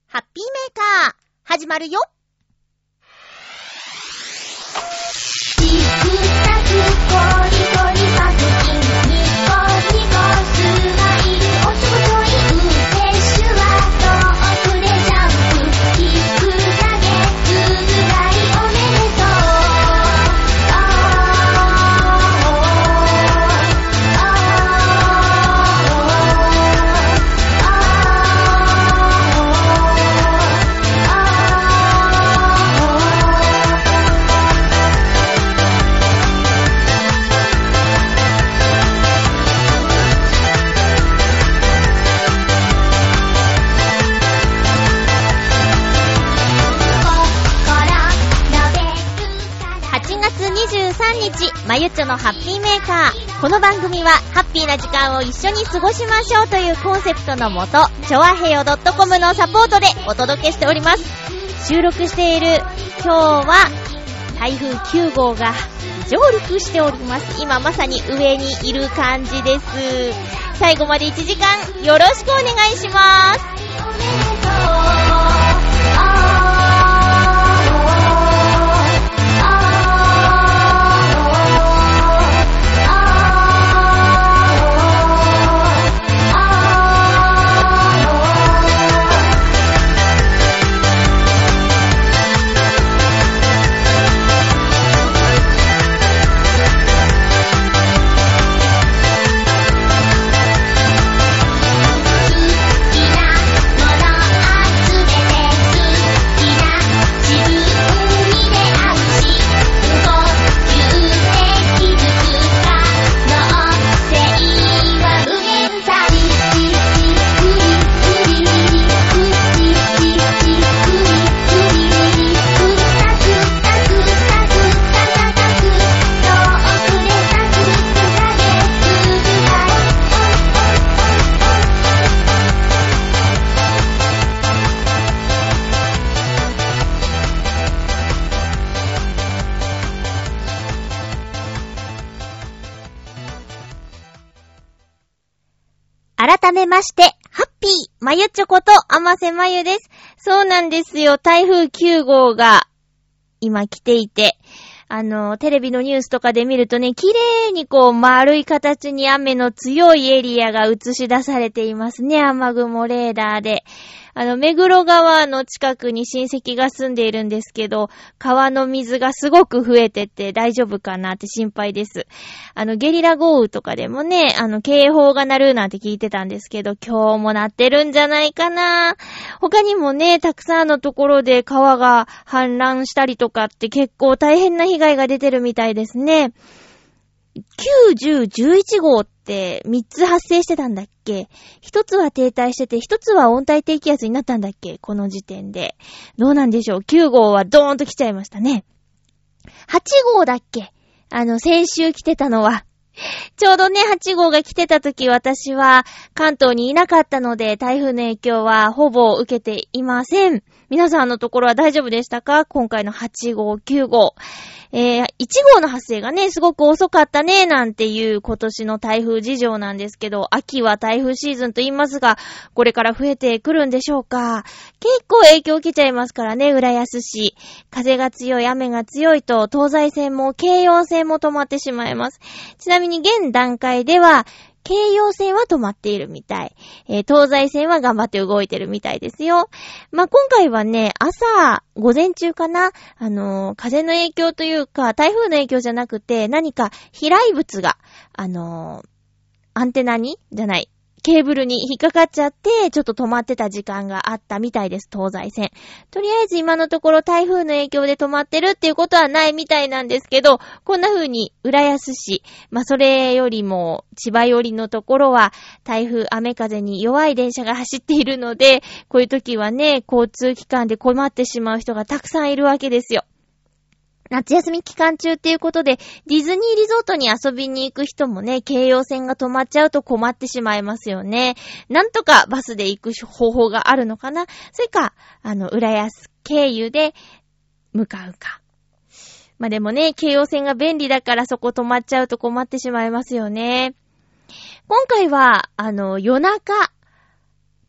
ハッピーメーカー始まるよ。チクタクコリコリパクチンニコニコスマイルおちょこちょい運転手は遠くでジャンプ聞くだけぐらいおめでとう。まゆっちょのハッピーメーカー。この番組はハッピーな時間を一緒に過ごしましょうというコンセプトのもと、ちょあへよ .com のサポートでお届けしております。収録している今日は台風9号が上陸しております。今まさに上にいる感じです。最後まで1時間よろしくお願いします。改めまして、ハッピーまゆちょことあませまゆです。そうなんですよ。台風9号が今来ていて、テレビのニュースとかで見るとね、綺麗にこう丸い形に雨の強いエリアが映し出されていますね。雨雲レーダーで。目黒川の近くに親戚が住んでいるんですけど、川の水がすごく増えてて大丈夫かなって心配です。ゲリラ豪雨とかでもね、警報が鳴るなんて聞いてたんですけど、今日も鳴ってるんじゃないかな。他にもね、たくさんのところで川が氾濫したりとかって結構大変な被害が出てるみたいですね。9、10、11号って3つ発生してたんだっけ？一つは停滞してて、一つは温帯低気圧になったんだっけ？この時点で。どうなんでしょう？ 9 号はドーンと来ちゃいましたね。8号だっけ？先週来てたのは。ちょうどね、8号が来てた時、私は関東にいなかったので、台風の影響はほぼ受けていません。皆さんのところは大丈夫でしたか？今回の8号、9号。1号の発生がね、すごく遅かったね、なんていう今年の台風事情なんですけど、秋は台風シーズンと言いますが、これから増えてくるんでしょうか。結構影響受けちゃいますからね、浦安市。風が強い、雨が強いと、東西線も京葉線も止まってしまいます。ちなみに現段階では、京葉線は止まっているみたい。東西線は頑張って動いてるみたいですよ。まあ、今回はね、午前中かな、風の影響というか、台風の影響じゃなくて、何か飛来物が、アンテナにじゃない。ケーブルに引っかかっちゃって、ちょっと止まってた時間があったみたいです、東西線。とりあえず今のところ台風の影響で止まってるっていうことはないみたいなんですけど、こんな風に浦安市、まあ、それよりも千葉寄りのところは台風雨風に弱い電車が走っているので、こういう時はね、交通機関で困ってしまう人がたくさんいるわけですよ。夏休み期間中っていうことで、ディズニーリゾートに遊びに行く人もね、京葉線が止まっちゃうと困ってしまいますよね。なんとかバスで行く方法があるのかな？それか、浦安経由で向かうか。まあ、でもね、京葉線が便利だからそこ止まっちゃうと困ってしまいますよね。今回は、夜中、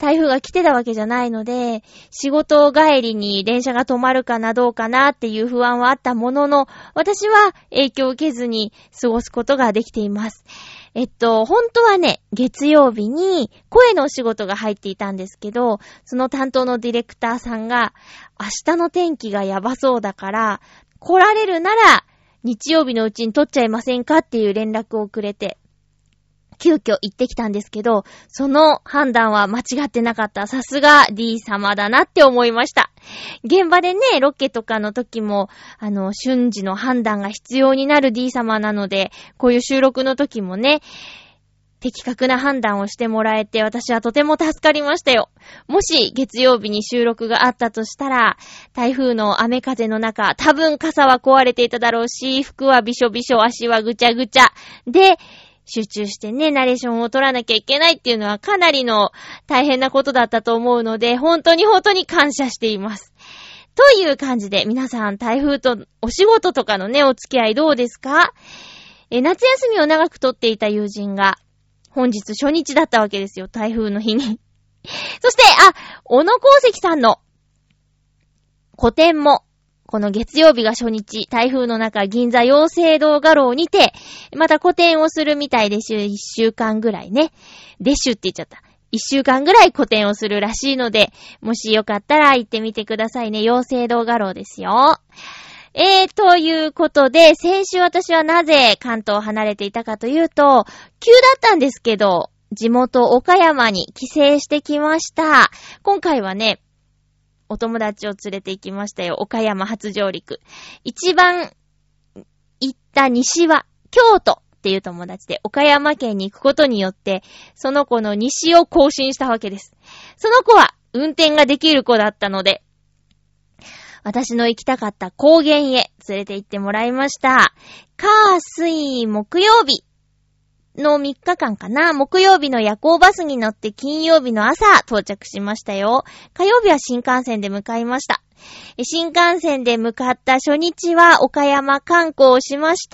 台風が来てたわけじゃないので、仕事帰りに電車が止まるかなどうかなっていう不安はあったものの、私は影響を受けずに過ごすことができています。本当はね、月曜日に声のお仕事が入っていたんですけど、その担当のディレクターさんが、明日の天気がやばそうだから、来られるなら日曜日のうちに撮っちゃいませんかっていう連絡をくれて、急遽行ってきたんですけど、その判断は間違ってなかった。さすが D 様だなって思いました。現場でね、ロケとかの時も、瞬時の判断が必要になる D 様なので、こういう収録の時もね、的確な判断をしてもらえて、私はとても助かりましたよ。もし月曜日に収録があったとしたら、台風の雨風の中、多分傘は壊れていただろうし、服はびしょびしょ、足はぐちゃぐちゃで、集中してね、ナレーションを取らなきゃいけないっていうのはかなりの大変なことだったと思うので、本当に感謝しています。という感じで、皆さん台風とお仕事とかのね、お付き合いどうですか？夏休みを長く取っていた友人が、本日初日だったわけですよ、台風の日に。そして、小野功石さんの個展も、この月曜日が初日、台風の中、銀座養成堂画廊にて、また個展をするみたいで1週間ぐらいね。でしゅって言っちゃった。1週間ぐらい個展をするらしいので、もしよかったら行ってみてくださいね。養成堂画廊ですよ。ということで、先週私はなぜ関東を離れていたかというと、急だったんですけど、地元岡山に帰省してきました。今回はね、お友達を連れて行きましたよ。岡山初上陸。一番行った西は京都っていう友達で岡山県に行くことによって、その子の西を更新したわけです。その子は運転ができる子だったので、私の行きたかった高原へ連れて行ってもらいました。火、水、木曜日の3日間かな。木曜日の夜行バスに乗って金曜日の朝到着しましたよ。火曜日は新幹線で向かいました。新幹線で向かった初日は岡山観光をしました。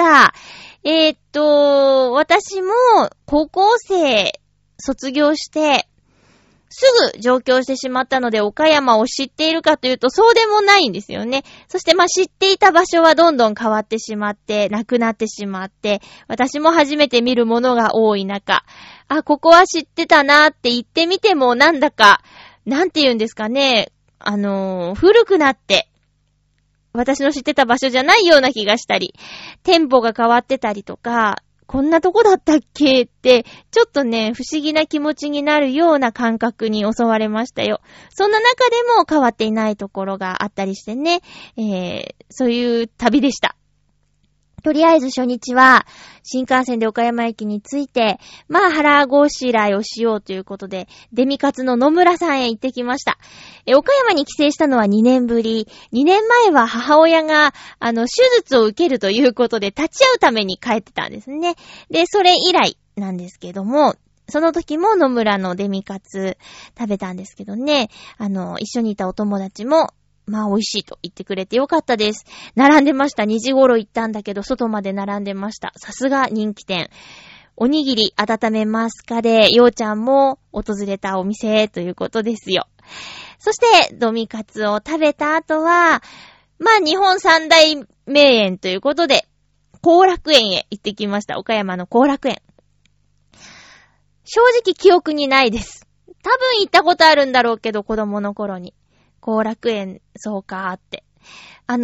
私も高校生卒業してすぐ上京してしまったので岡山を知っているかというとそうでもないんですよね。そして知っていた場所はどんどん変わってしまってなくなってしまって私も初めて見るものが多い中、ここは知ってたなって言ってみてもなんだかなんて言うんですかね、古くなって私の知ってた場所じゃないような気がしたり、店舗が変わってたりとか、こんなとこだったっけって、ちょっとね、不思議な気持ちになるような感覚に襲われましたよ。そんな中でも変わっていないところがあったりしてね、そういう旅でした。とりあえず初日は新幹線で岡山駅に着いて、腹ごしらえをしようということで、デミカツの野村さんへ行ってきました。岡山に帰省したのは2年ぶり。2年前は母親が、手術を受けるということで立ち会うために帰ってたんですね。で、それ以来なんですけども、その時も野村のデミカツ食べたんですけどね、一緒にいたお友達も、美味しいと言ってくれてよかったです。並んでました。2時頃行ったんだけど、外まで並んでました。さすが人気店。おにぎり温めますかで、ようちゃんも訪れたお店ということですよ。そして、ドミカツを食べた後は、日本三大名園ということで、後楽園へ行ってきました。岡山の後楽園。正直記憶にないです。多分行ったことあるんだろうけど、子供の頃に。後楽園、そうかーって。東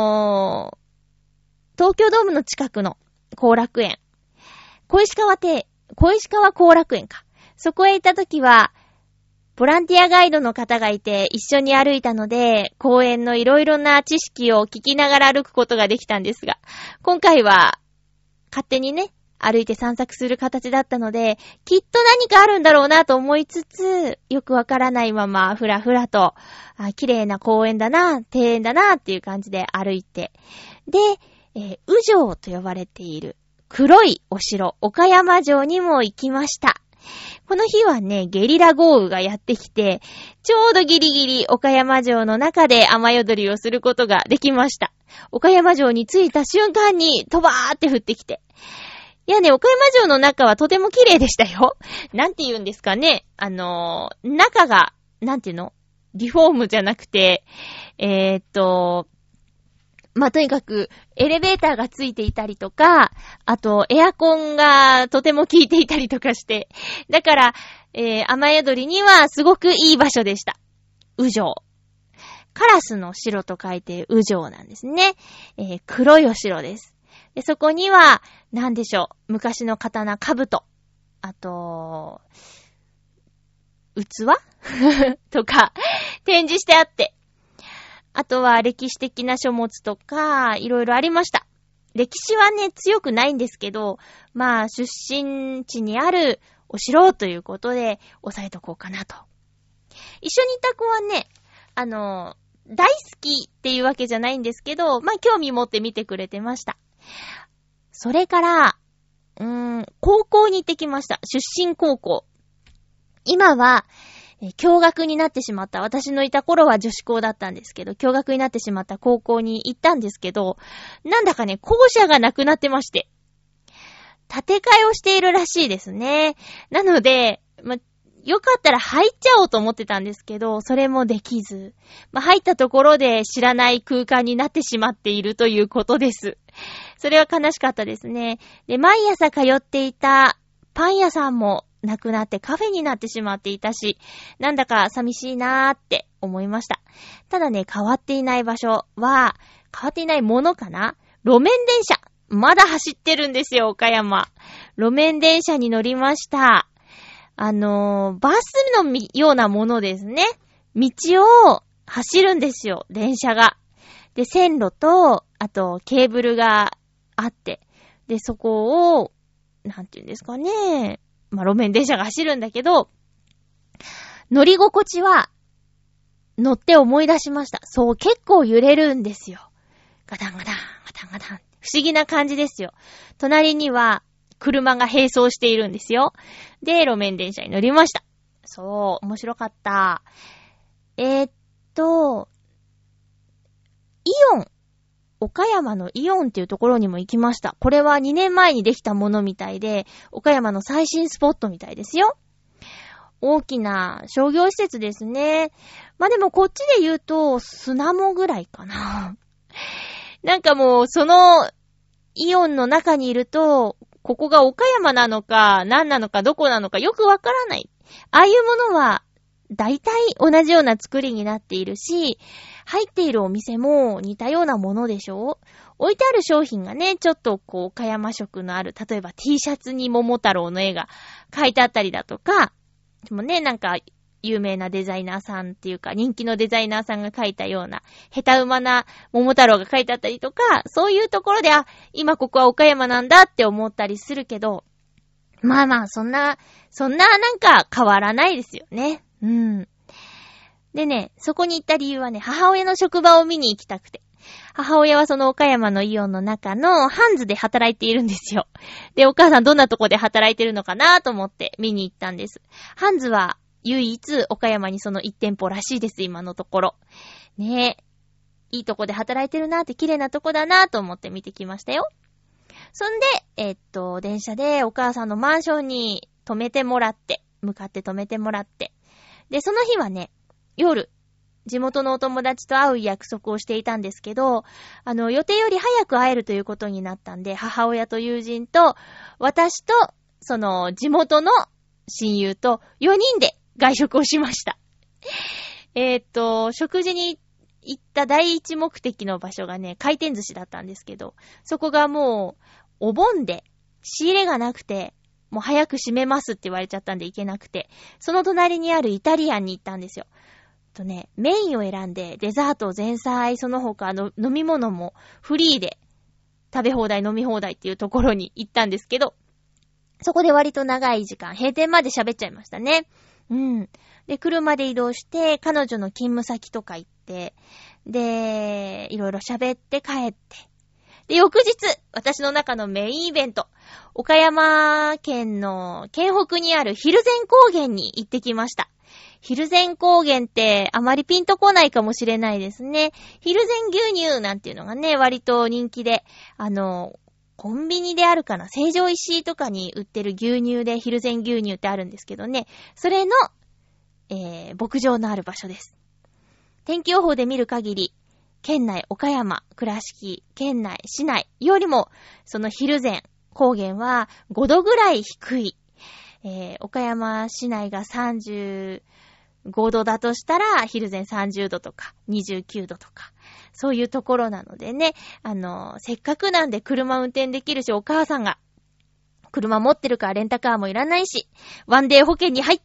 京ドームの近くの後楽園。小石川後楽園か。そこへ行った時は、ボランティアガイドの方がいて一緒に歩いたので、公園のいろいろな知識を聞きながら歩くことができたんですが、今回は勝手にね、歩いて散策する形だったので、きっと何かあるんだろうなと思いつつ、よくわからないままふらふらと、綺麗な公園だな、庭園だなっていう感じで歩いて、で、宇城と呼ばれている黒いお城、岡山城にも行きました。この日はね、ゲリラ豪雨がやってきて、ちょうどギリギリ岡山城の中で雨宿りをすることができました。岡山城に着いた瞬間に、とばーって降ってきて、 いやね、岡山城の中はとても綺麗でしたよ。なんて言うんですかね。中が、なんていうの？リフォームじゃなくて、まあ、とにかく、エレベーターがついていたりとか、あと、エアコンがとても効いていたりとかして、だから、雨宿りにはすごくいい場所でした。宇城。カラスの城と書いて宇城なんですね。黒いお城です。で、そこには、なんでしょう、昔の刀、兜、あと、器とか、展示してあって、あとは歴史的な書物とか、いろいろありました。歴史はね、強くないんですけど、まあ、出身地にあるお城ということで、押さえとこうかなと。一緒にいた子はね、大好きっていうわけじゃないんですけど、まあ、興味持って見てくれてました。それから、高校に行ってきました。出身高校。今は、共学になってしまった。私のいた頃は女子校だったんですけど、共学になってしまった高校に行ったんですけど、なんだかね、校舎がなくなってまして。建て替えをしているらしいですね。なので、よかったら入っちゃおうと思ってたんですけど、それもできず。入ったところで知らない空間になってしまっているということです。それは悲しかったですね。で、毎朝通っていたパン屋さんもなくなってカフェになってしまっていたし、なんだか寂しいなーって思いました。ただね、変わっていない場所は、変わっていないものかな？路面電車。まだ走ってるんですよ、岡山。路面電車に乗りました。バスのようなものですね。道を走るんですよ、電車が。で、線路と、あと、ケーブルがあって。で、そこを、なんていうんですかね。路面電車が走るんだけど、乗り心地は、乗って思い出しました。そう、結構揺れるんですよ。ガタンガタン、ガタンガタン。不思議な感じですよ。隣には、車が並走しているんですよ。で、路面電車に乗りました。そう、面白かった。イオン。岡山のイオンっていうところにも行きました。これは2年前にできたものみたいで、岡山の最新スポットみたいですよ。大きな商業施設ですね。でもこっちで言うと、砂もぐらいかな。なんかもう、その、イオンの中にいると、ここが岡山なのか、何なのか、どこなのかよくわからない。ああいうものは、だいたい同じような作りになっているし、入っているお店も似たようなものでしょ？置いてある商品がね、ちょっと岡山色のある、例えば T シャツに桃太郎の絵が書いてあったりだとか、でもね、なんか、有名なデザイナーさんっていうか、人気のデザイナーさんが書いたような、下手馬な桃太郎が書いてあったりとか、そういうところで、今ここは岡山なんだって思ったりするけど、そんななんか変わらないですよね。うん。でね、そこに行った理由はね、母親の職場を見に行きたくて。母親はその岡山のイオンの中のハンズで働いているんですよ。で、お母さんどんなとこで働いてるのかなと思って見に行ったんです。ハンズは唯一岡山にその1店舗らしいです、今のところ。ねえ、いいとこで働いてるなって綺麗なとこだなと思って見てきましたよ。そんで、電車でお母さんのマンションに向かって止めてもらって。で、その日はね、夜、地元のお友達と会う約束をしていたんですけど、予定より早く会えるということになったんで、母親と友人と、私と、その地元の親友と4人で外食をしました。食事に行った第一目的の場所がね、回転寿司だったんですけど、そこがもう、お盆で仕入れがなくて、もう早く閉めますって言われちゃったんで行けなくて、その隣にあるイタリアンに行ったんですよ。メインを選んで、デザート、前菜、その他の飲み物もフリーで食べ放題、飲み放題っていうところに行ったんですけど、そこで割と長い時間、閉店まで喋っちゃいましたね。うん。で、車で移動して、彼女の勤務先とか行って、で、いろいろ喋って帰って。で、翌日、私の中のメインイベント、岡山県の県北にある蒜山高原に行ってきました。蒜山高原ってあまりピンとこないかもしれないですね。蒜山牛乳なんていうのがね、割と人気で、 コンビニであるかな、成城石井とかに売ってる牛乳で蒜山牛乳ってあるんですけどね、それの、牧場のある場所です。天気予報で見る限り、県内、岡山、倉敷、県内、市内よりも、その蒜山高原は5度ぐらい低い。岡山市内が35度だとしたら、蒜山30度とか、29度とか、そういうところなのでね、せっかくなんで車運転できるし、お母さんが、車持ってるからレンタカーもいらないし、ワンデー保険に入って、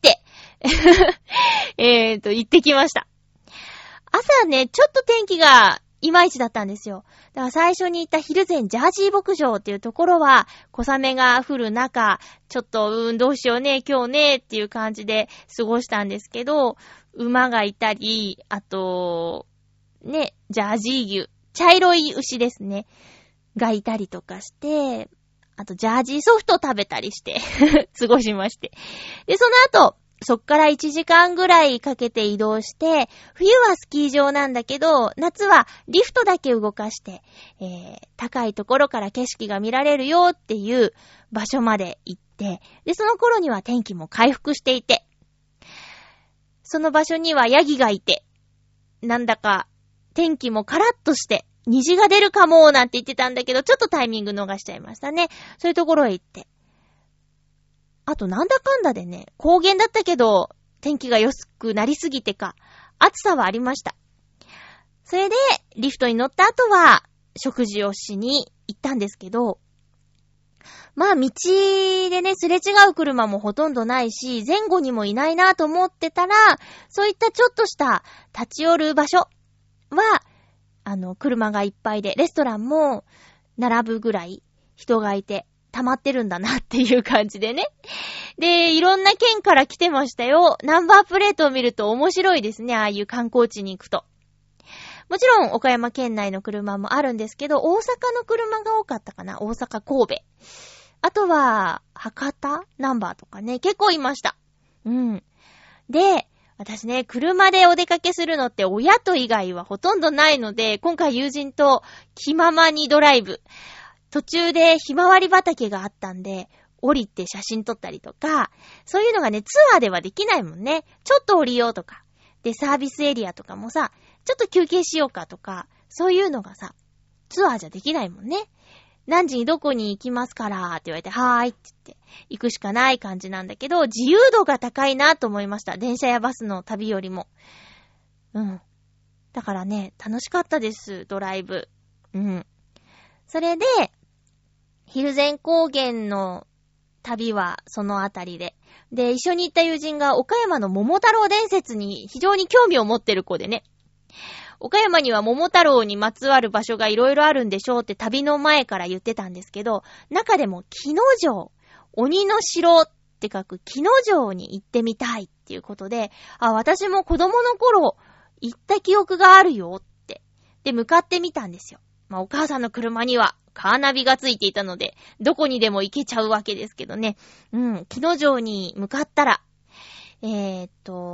行ってきました。朝ね、ちょっと天気がいまいちだったんですよ。だから最初に行った蒜山ジャージー牧場っていうところは、小雨が降る中、ちょっとどうしようね、今日ね、っていう感じで過ごしたんですけど、馬がいたり、あと、ね、ジャージー牛、茶色い牛ですね、がいたりとかして、あとジャージーソフトを食べたりして、過ごしまして。で、その後、そっから1時間ぐらいかけて移動して、冬はスキー場なんだけど、夏はリフトだけ動かして、高いところから景色が見られるよっていう場所まで行って、で、その頃には天気も回復していて、その場所にはヤギがいて、なんだか天気もカラッとして、虹が出るかもなんて言ってたんだけど、ちょっとタイミング逃しちゃいましたね。そういうところへ行って。あとなんだかんだでね、高原だったけど、天気が良くなりすぎてか、暑さはありました。それで、リフトに乗った後は、食事をしに行ったんですけど、まあ道でね、すれ違う車もほとんどないし、前後にもいないなと思ってたら、そういったちょっとした立ち寄る場所は、車がいっぱいで、レストランも並ぶぐらい人がいて、溜まってるんだなっていう感じでね。で、いろんな県から来てましたよ。ナンバープレートを見ると面白いですね。ああいう観光地に行くと。もちろん岡山県内の車もあるんですけど、大阪の車が多かったかな。大阪、神戸。あとは、博多ナンバーとかね。結構いました。うん。で、私ね、車でお出かけするのって親と以外はほとんどないので、今回友人と気ままにドライブ。途中でひまわり畑があったんで、降りて写真撮ったりとか、そういうのがね、ツアーではできないもんね。ちょっと降りようとか。で、サービスエリアとかもさ、ちょっと休憩しようかとか、そういうのがさ、ツアーじゃできないもんね。何時にどこに行きますからって言われて、はーいって言って、行くしかない感じなんだけど、自由度が高いなと思いました。電車やバスの旅よりも。うん。だからね、楽しかったです、ドライブ。うん。それで、蒜山高原の旅はそのあたりで。で、一緒に行った友人が岡山の桃太郎伝説に非常に興味を持ってる子でね。岡山には桃太郎にまつわる場所がいろいろあるんでしょうって旅の前から言ってたんですけど、中でも木之丞、鬼の城って書く木之丞に行ってみたいっていうことで、私も子供の頃行った記憶があるよって。で、向かってみたんですよ。お母さんの車にはカーナビがついていたので、どこにでも行けちゃうわけですけどね。木之丞に向かったら、大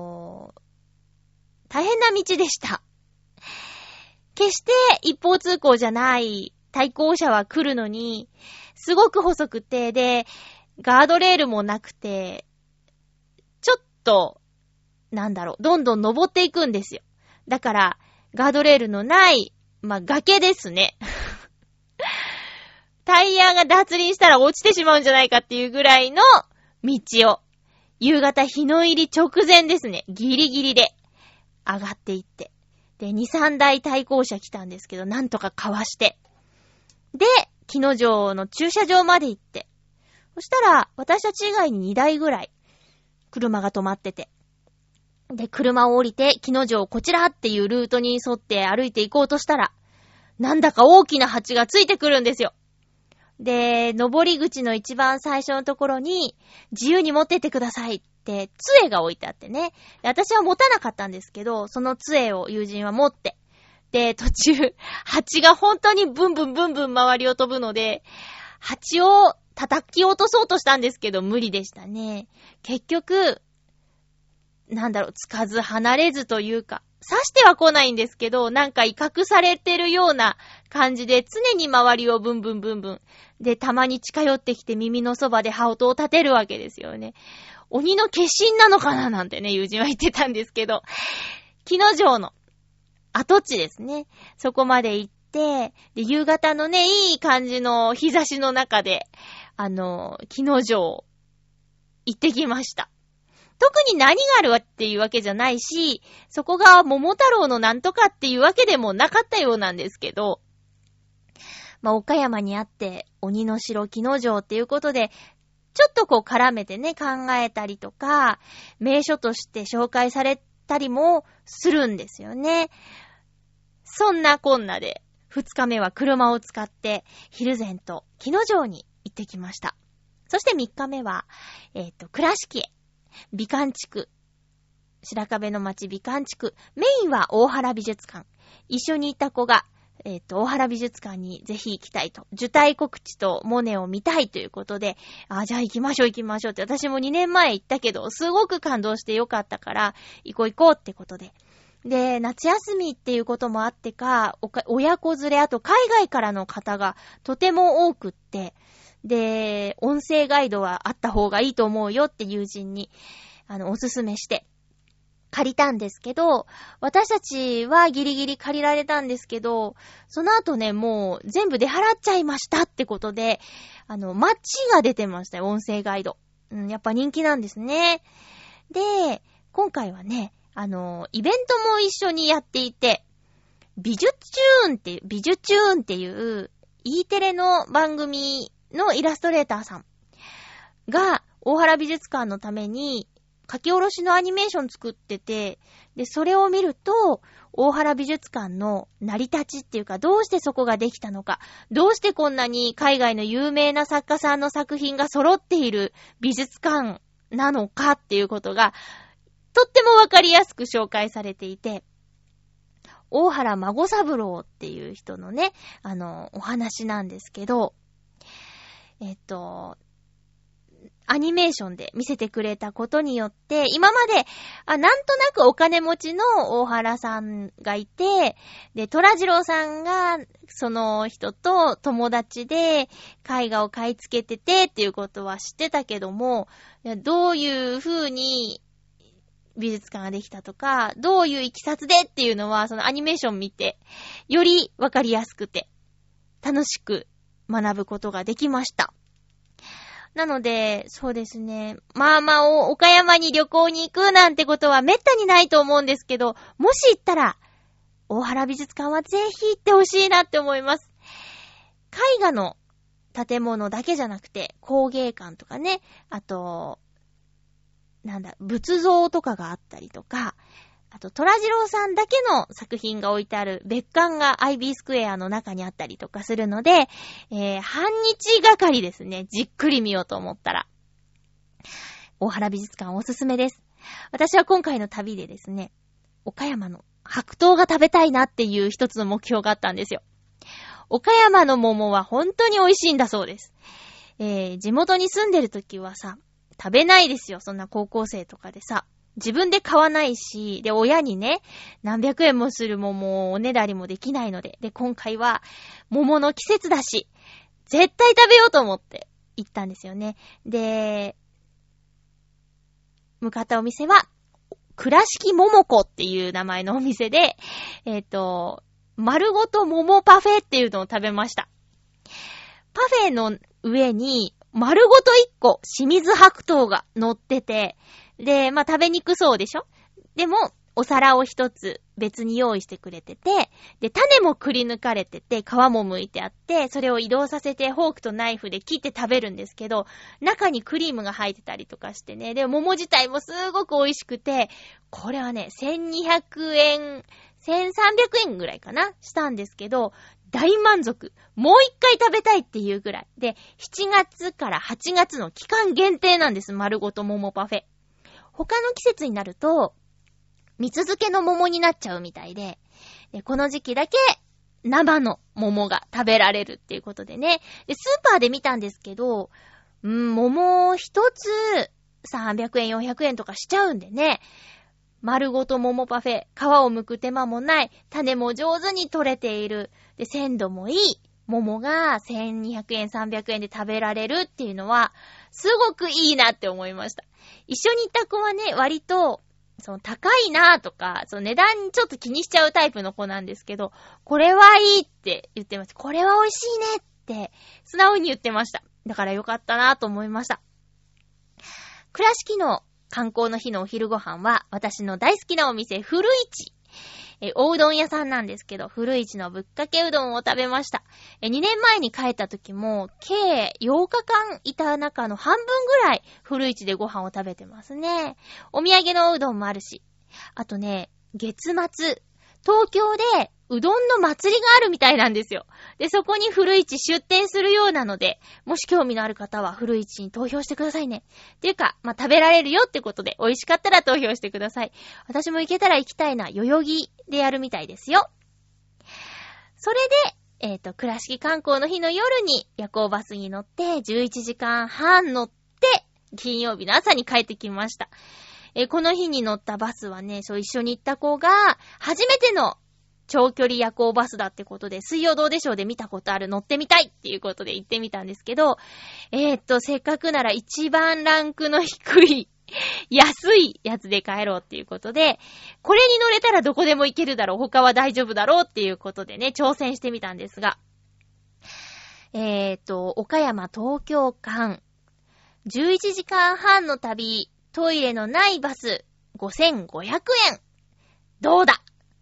変な道でした。決して一方通行じゃない対向車は来るのに、すごく細くて、で、ガードレールもなくて、ちょっと、どんどん登っていくんですよ。だから、ガードレールのない、崖ですね。タイヤが脱輪したら落ちてしまうんじゃないかっていうぐらいの道を、夕方日の入り直前ですね。ギリギリで上がっていって。で、2、3台対向車来たんですけど、なんとかかわして。で、木之丞の駐車場まで行って。そしたら、私たち以外に2台ぐらい、車が止まってて。で、車を降りて、木之丞こちらっていうルートに沿って歩いて行こうとしたら、なんだか大きな蜂がついてくるんですよ。で、登り口の一番最初のところに、自由に持ってってくださいって、杖が置いてあってね。で、私は持たなかったんですけど、その杖を友人は持って。で、途中、蜂が本当にブンブンブンブン周りを飛ぶので、蜂を叩き落とそうとしたんですけど、無理でしたね。結局、つかず離れずというか、 刺しては来ないんですけど、なんか威嚇されてるような感じで常に周りをブンブンブンブン。で、たまに近寄ってきて耳のそばで羽音を立てるわけですよね。鬼の化身なのかななんてね、友人は言ってたんですけど、木之丞の跡地ですね。そこまで行って、で、夕方のね、いい感じの日差しの中で、木之丞行ってきました。特に何があるっていうわけじゃないし、そこが桃太郎のなんとかっていうわけでもなかったようなんですけど、まあ、岡山にあって鬼の城木之丞っていうことで、ちょっとこう絡めてね、考えたりとか、名所として紹介されたりもするんですよね。そんなこんなで、2日目は車を使って、蒜山と木之丞に行ってきました。そして3日目は、倉敷へ。美観地区。白壁の町美観地区。メインは大原美術館。一緒に行った子が、大原美術館にぜひ行きたいと。受胎告知とモネを見たいということで、じゃあ行きましょうって。私も2年前行ったけど、すごく感動してよかったから、行こうってことで。で、夏休みっていうこともあってか、親子連れ、あと海外からの方がとても多くって、で、音声ガイドはあった方がいいと思うよって友人に、おすすめして借りたんですけど、私たちはギリギリ借りられたんですけど、その後ね、もう全部出払っちゃいましたってことで、マッチが出てましたよ、音声ガイド。やっぱ人気なんですね。で、今回はね、イベントも一緒にやっていて、美術チューンっていう、E テレの番組のイラストレーターさんが大原美術館のために書き下ろしのアニメーション作ってて、で、それを見ると、大原美術館の成り立ちっていうか、どうしてそこができたのか、どうしてこんなに海外の有名な作家さんの作品が揃っている美術館なのかっていうことが、とってもわかりやすく紹介されていて、大原孫三郎っていう人のね、お話なんですけど、アニメーションで見せてくれたことによって、今まで、なんとなくお金持ちの大原さんがいて、で、虎次郎さんが、その人と友達で絵画を買い付けててっていうことは知ってたけども、どういう風に美術館ができたとか、どういういきさつでっていうのは、そのアニメーション見て、よりわかりやすくて、楽しく学ぶことができました。なので、そうですね。岡山に旅行に行くなんてことはめったにないと思うんですけど、もし行ったら、大原美術館はぜひ行ってほしいなって思います。絵画の建物だけじゃなくて、工芸館とかね、あと、仏像とかがあったりとか、あと、虎次郎さんだけの作品が置いてある別館がアイビースクエアの中にあったりとかするので、半日がかりですね。じっくり見ようと思ったら。大原美術館おすすめです。私は今回の旅でですね、岡山の白桃が食べたいなっていう一つの目標があったんですよ。岡山の桃は本当に美味しいんだそうです。地元に住んでる時はさ、食べないですよ。そんな高校生とかでさ。自分で買わないし、で、親にね、何百円もする桃をおねだりもできないので、で、今回は桃の季節だし、絶対食べようと思って行ったんですよね。で、向かったお店は、倉敷桃子っていう名前のお店で、丸ごと桃パフェっていうのを食べました。パフェの上に、丸ごと1個清水白桃が乗ってて、で、食べにくそうでしょ？でも、お皿を一つ別に用意してくれてて、で、種もくり抜かれてて、皮も剥いてあって、それを移動させてフォークとナイフで切って食べるんですけど、中にクリームが入ってたりとかしてね、で、桃自体もすごく美味しくて、これはね、1200円、1300円ぐらいかなしたんですけど、大満足。もう一回食べたいっていうぐらい。で、7月から8月の期間限定なんです。丸ごと桃パフェ。他の季節になると、蜜漬けの桃になっちゃうみたいで、この時期だけ生の桃が食べられるっていうことでね。で、スーパーで見たんですけど、桃一つ300円、400円とかしちゃうんでね。 丸ごと桃パフェ、皮を剥く手間もない、種も上手に取れている、で、鮮度もいい、桃が1200円、300円で食べられるっていうのは、すごくいいなって思いました。一緒に行った子はね、割と、高いなとか、値段ちょっと気にしちゃうタイプの子なんですけど、これはいいって言ってました。これは美味しいねって、素直に言ってました。だからよかったなと思いました。倉敷の観光の日のお昼ご飯は、私の大好きなお店、古市。おうどん屋さんなんですけど、古市のぶっかけうどんを食べました。2年前に帰った時も、計8日間いた中の半分ぐらい、古市でご飯を食べてますね。お土産のうどんもあるし。あとね、月末、東京でうどんの祭りがあるみたいなんですよ。で、そこに古市出店するようなので、もし興味のある方は古市に投票してくださいね。っていうか、食べられるよってことで、美味しかったら投票してください。私も行けたら行きたいな、代々木でやるみたいですよ。それで、倉敷観光の日の夜に夜行バスに乗って11時間半乗って、金曜日の朝に帰ってきました。この日に乗ったバスはね、一緒に行った子が、初めての長距離夜行バスだってことで、水曜どうでしょうで見たことある、乗ってみたいっていうことで行ってみたんですけど、せっかくなら一番ランクの低い、安いやつで帰ろうっていうことで、これに乗れたらどこでも行けるだろう、他は大丈夫だろうっていうことでね、挑戦してみたんですが、岡山東京間、11時間半の旅、トイレのないバス、5500円。どうだ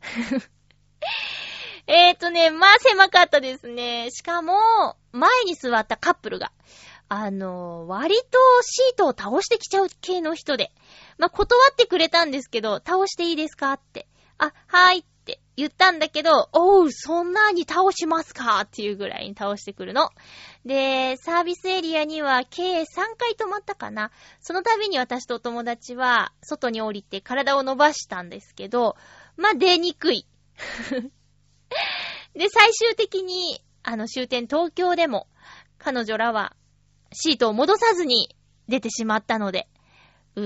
狭かったですね。しかも、前に座ったカップルが、割とシートを倒してきちゃう系の人で、断ってくれたんですけど、倒していいですかって。はーいって言ったんだけど、そんなに倒しますかっていうぐらいに倒してくるの。で、サービスエリアには計3回止まったかな。その度に私とお友達は外に降りて体を伸ばしたんですけど、出にくい。で、最終的に、終点東京でも、彼女らはシートを戻さずに出てしまったので、って。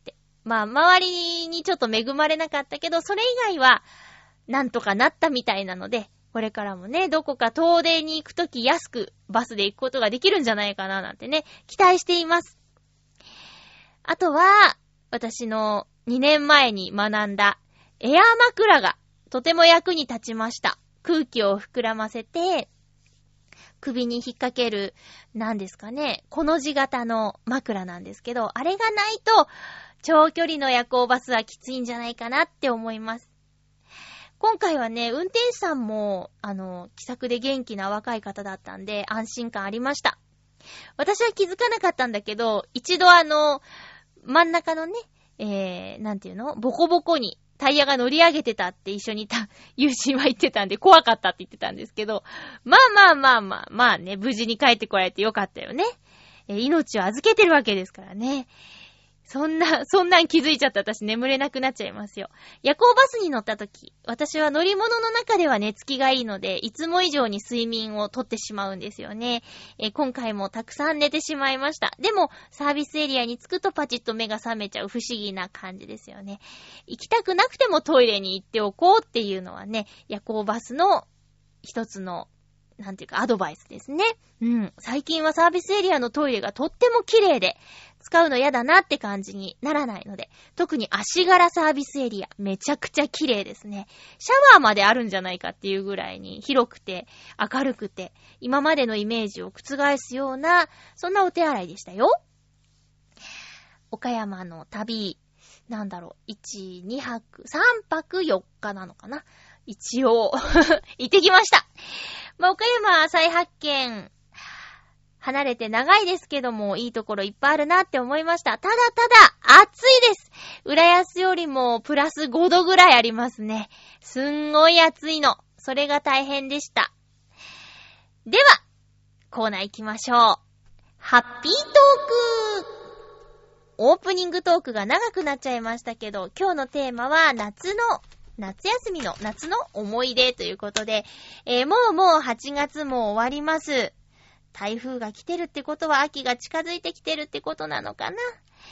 周りにちょっと恵まれなかったけど、それ以外は、なんとかなったみたいなので、これからもね、どこか遠出に行くとき安くバスで行くことができるんじゃないかななんてね、期待しています。あとは、私の2年前に学んだエアー枕がとても役に立ちました。空気を膨らませて、首に引っ掛ける、なんですかね、この字型の枕なんですけど、あれがないと、長距離の夜行バスはきついんじゃないかなって思います。今回はね、運転手さんも、気さくで元気な若い方だったんで、安心感ありました。私は気づかなかったんだけど、一度真ん中のね、なんていうの？ボコボコにタイヤが乗り上げてたって一緒にいた友人は言ってたんで、怖かったって言ってたんですけど、まあね、無事に帰ってこられてよかったよね。命を預けてるわけですからね。そんなん気づいちゃった私眠れなくなっちゃいますよ。夜行バスに乗った時、私は乗り物の中では寝つきがいいので、いつも以上に睡眠をとってしまうんですよね。今回もたくさん寝てしまいました。でも、サービスエリアに着くとパチッと目が覚めちゃう不思議な感じですよね。行きたくなくてもトイレに行っておこうっていうのはね、夜行バスの一つのなんていうかアドバイスですね。最近はサービスエリアのトイレがとっても綺麗で、使うの嫌だなって感じにならないので、特に足柄サービスエリア、めちゃくちゃ綺麗ですね。シャワーまであるんじゃないかっていうぐらいに広くて明るくて、今までのイメージを覆すような、そんなお手洗いでしたよ。岡山の旅、1、2泊、3泊4日なのかな。一応、行ってきました。岡山再発見、離れて長いですけども、いいところいっぱいあるなって思いました。ただ暑いです。浦安よりもプラス5度ぐらいありますね。すんごい暑いの。それが大変でした。では、コーナー行きましょう。ハッピートーク。オープニングトークが長くなっちゃいましたけど、今日のテーマは夏休みの夏の思い出ということで、もう8月も終わります。台風が来てるってことは秋が近づいてきてるってことなのかな。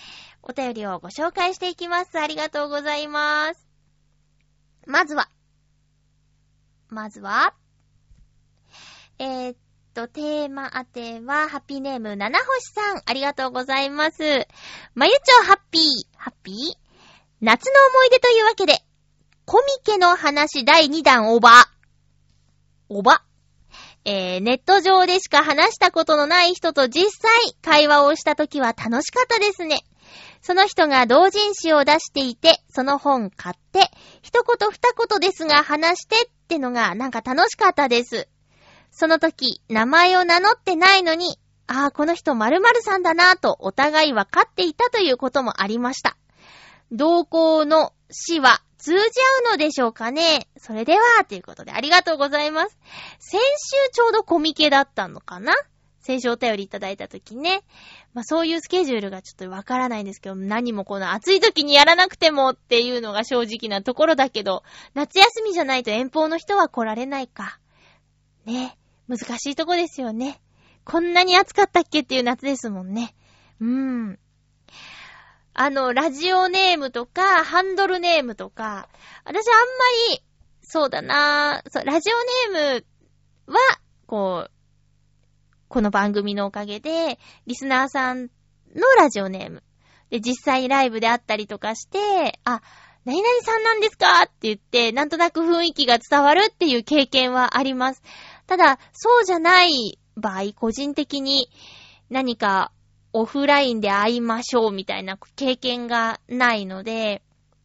お便りをご紹介していきます。ありがとうございます。まずは、テーマ当ては、ハッピーネーム、七星さん、ありがとうございます。まゆちょハッピー夏の思い出というわけで、コミケの話第2弾おば。ネット上でしか話したことのない人と実際会話をしたときは楽しかったですね。その人が同人誌を出していて、その本買って、一言二言ですが話してってのがなんか楽しかったです。その時、名前を名乗ってないのに、この人〇〇さんだなぁとお互い分かっていたということもありました。同行の詩は通じ合うのでしょうかね。それでは、ということでありがとうございます。先週ちょうどコミケだったのかな？先週お便りいただいた時ね。そういうスケジュールがちょっとわからないんですけど、何もこの暑い時にやらなくてもっていうのが正直なところだけど、夏休みじゃないと遠方の人は来られないか。ね。難しいとこですよね。こんなに暑かったっけっていう夏ですもんね。ラジオネームとか、ハンドルネームとか、私あんまり、そうだなぁ、ラジオネームは、この番組のおかげで、リスナーさんのラジオネーム。で、実際ライブであったりとかして、何々さんなんですかって言って、なんとなく雰囲気が伝わるっていう経験はあります。ただ、そうじゃない場合、個人的に何かオフラインで会いましょうみたいな経験がないので、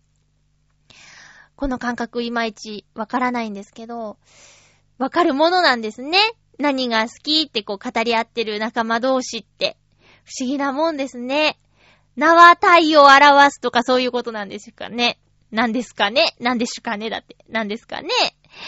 この感覚いまいちわからないんですけど、わかるものなんですね。何が好きって語り合ってる仲間同士って、不思議なもんですね。名は体を表すとかそういうことなんですかね。なんですかねだって。なんですかね。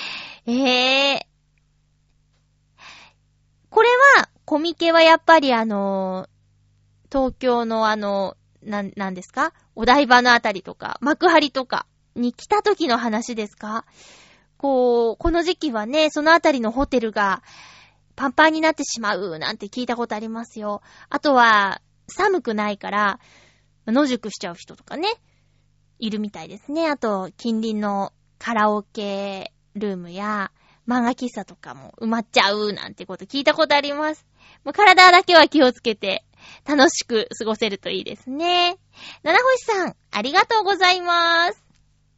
これは、コミケはやっぱり東京のなんですか？お台場のあたりとか、幕張とかに来た時の話ですか？この時期はね、そのあたりのホテルがパンパンになってしまうなんて聞いたことありますよ。あとは、寒くないから、野宿しちゃう人とかね、いるみたいですね。あと、近隣のカラオケルームや、漫画喫茶とかも埋まっちゃうなんてこと聞いたことあります。もう体だけは気をつけて楽しく過ごせるといいですね。七星さん、ありがとうございます。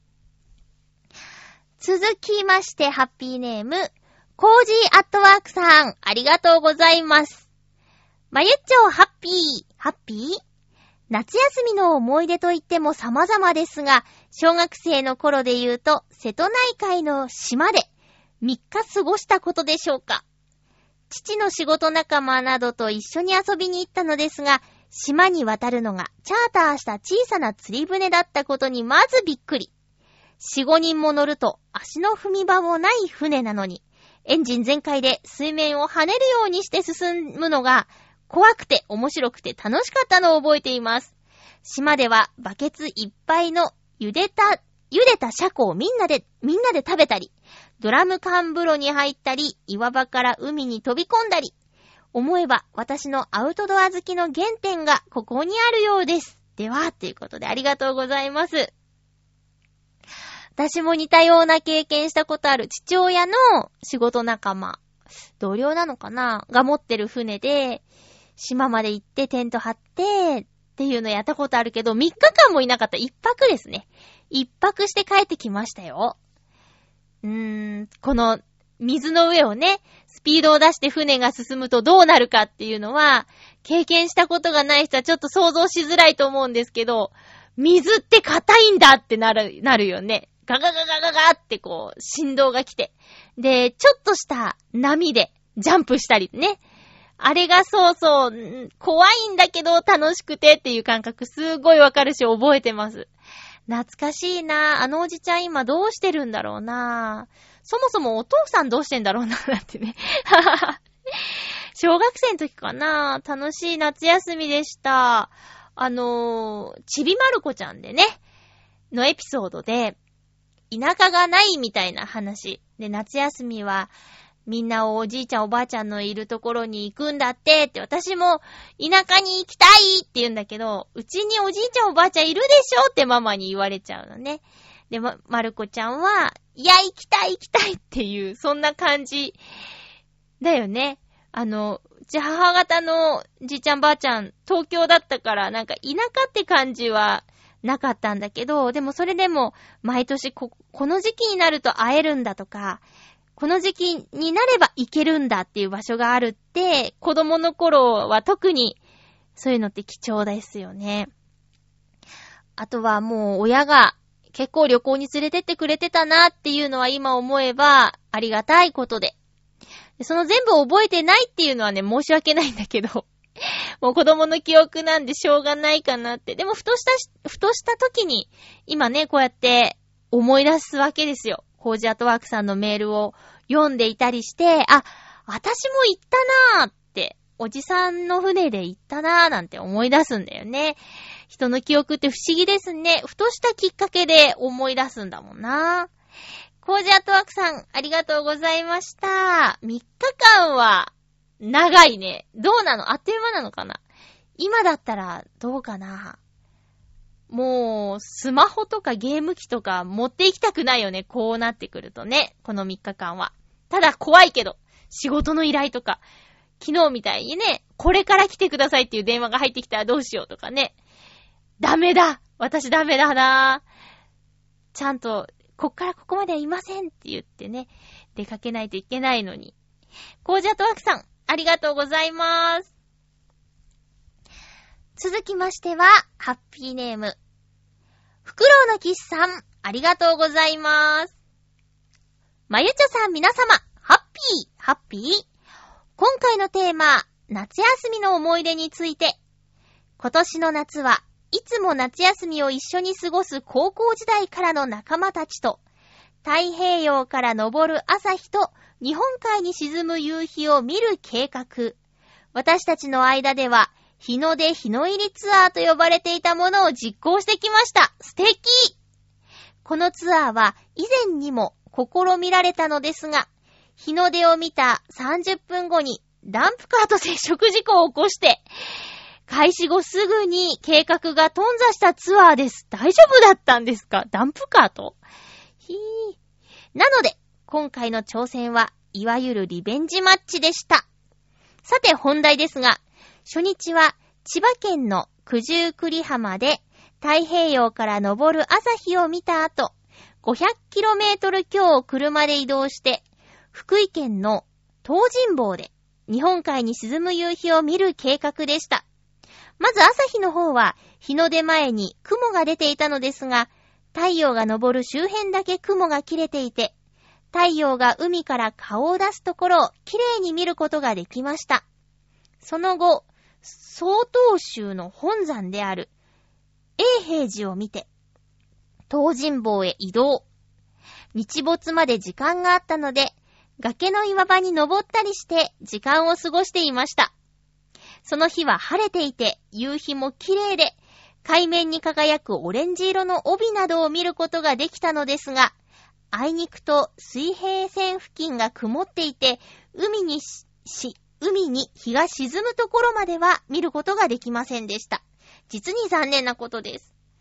続きまして、ハッピーネーム、コージーアットワークさん、ありがとうございます。まゆっちょ、ハッピー夏休みの思い出といっても様々ですが、小学生の頃で言うと、瀬戸内海の島で3日過ごしたことでしょうか。父の仕事仲間などと一緒に遊びに行ったのですが、島に渡るのがチャーターした小さな釣り船だったことにまずびっくり。4、5人も乗ると足の踏み場もない船なのに、エンジン全開で水面を跳ねるようにして進むのが怖くて面白くて楽しかったのを覚えています。島ではバケツいっぱいの茹でたシャコをみんなで食べたり、ドラム缶風呂に入ったり、岩場から海に飛び込んだり。思えば私のアウトドア好きの原点がここにあるようです。では、ということでありがとうございます。私も似たような経験したことある父親の仕事仲間、同僚なのかなが持ってる船で、島まで行ってテント張ってっていうのやったことあるけど、3日間もいなかった。1泊ですね。1泊して帰ってきましたよ。この水の上をね、スピードを出して船が進むとどうなるかっていうのは、経験したことがない人はちょっと想像しづらいと思うんですけど、水って硬いんだってなるよね。ガガガガガガって振動が来て。で、ちょっとした波でジャンプしたりね。あれがそうそう、怖いんだけど楽しくてっていう感覚すごいわかるし覚えてます。懐かしいな。あのおじちゃん今どうしてるんだろうな。そもそもお父さんどうしてんだろうなってね。小学生の時かな。楽しい夏休みでした。ちびまる子ちゃんでね、のエピソードで、田舎がないみたいな話。で、夏休みはみんなおじいちゃんおばあちゃんのいるところに行くんだって私も田舎に行きたいって言うんだけど、うちにおじいちゃんおばあちゃんいるでしょってママに言われちゃうのね。で、まる子ちゃんは、いや、行きたいっていう、そんな感じだよね。うち母方のじいちゃんばあちゃん、東京だったから、なんか田舎って感じはなかったんだけど、でもそれでも、毎年この時期になると会えるんだとか、この時期になれば行けるんだっていう場所があるって、子供の頃は特にそういうのって貴重ですよね。あとはもう親が結構旅行に連れてってくれてたなっていうのは今思えばありがたいことで。その全部覚えてないっていうのはね、申し訳ないんだけど、もう子供の記憶なんでしょうがないかなって。でもふとした時に、今ね、こうやって思い出すわけですよ。コージアートワークさんのメールを読んでいたりして、あ、私も行ったなーって、おじさんの船で行ったなーなんて思い出すんだよね。人の記憶って不思議ですね。ふとしたきっかけで思い出すんだもんな。コージアートワークさん、ありがとうございました。3日間は長いね。どうなの？あっという間なのかな？今だったらどうかな？もう、スマホとかゲーム機とか持って行きたくないよね。こうなってくるとね。この3日間は。ただ怖いけど、仕事の依頼とか、昨日みたいにね、これから来てくださいっていう電話が入ってきたらどうしようとかね。ダメだ！私ダメだな。ちゃんと、こっからここまではいませんって言ってね、出かけないといけないのに。コージアートワークさん、ありがとうございます。続きましては、ハッピーネーム。フクロウのキスさん、ありがとうございます。まゆちょさん皆様、ハッピー。今回のテーマ、夏休みの思い出について。今年の夏はいつも夏休みを一緒に過ごす高校時代からの仲間たちと、太平洋から昇る朝日と日本海に沈む夕日を見る計画。私たちの間では、日の出日の入りツアーと呼ばれていたものを実行してきました。素敵！このツアーは以前にも試みられたのですが、日の出を見た30分後にダンプカーと接触事故を起こして、開始後すぐに計画が頓挫したツアーです。大丈夫だったんですか？ダンプカーと？なので、今回の挑戦はいわゆるリベンジマッチでした。さて本題ですが、初日は千葉県の九十九里浜で太平洋から昇る朝日を見た後、500km 強を車で移動して、福井県の東尋坊で日本海に沈む夕日を見る計画でした。まず朝日の方は日の出前に雲が出ていたのですが、太陽が昇る周辺だけ雲が切れていて、太陽が海から顔を出すところをきれいに見ることができました。その後、曹洞宗の本山である永平寺を見て、東尋坊へ移動。日没まで時間があったので、崖の岩場に登ったりして時間を過ごしていました。その日は晴れていて、夕日も綺麗で、海面に輝くオレンジ色の帯などを見ることができたのですが、あいにくと水平線付近が曇っていて、海に日が沈むところまでは見ることができませんでした。実に残念なことです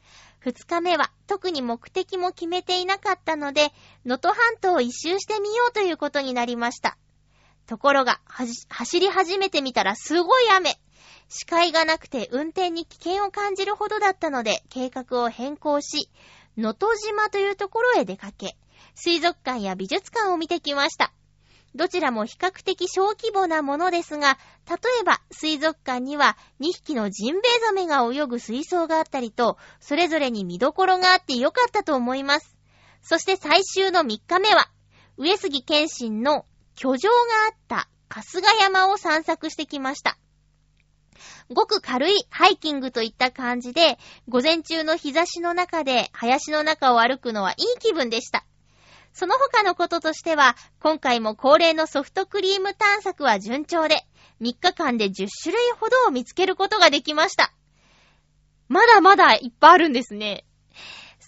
。2日目は特に目的も決めていなかったので、能登半島を一周してみようということになりました。ところが、走り始めてみたらすごい雨。視界がなくて運転に危険を感じるほどだったので、計画を変更し、能登島というところへ出かけ、水族館や美術館を見てきました。どちらも比較的小規模なものですが、例えば水族館には2匹のジンベエザメが泳ぐ水槽があったりと、それぞれに見どころがあってよかったと思います。そして最終の3日目は、上杉謙信の居城があった春日山を散策してきました。ごく軽いハイキングといった感じで、午前中の日差しの中で林の中を歩くのはいい気分でした。その他のこととしては、今回も恒例のソフトクリーム探索は順調で、3日間で10種類ほどを見つけることができました。まだまだいっぱいあるんですね。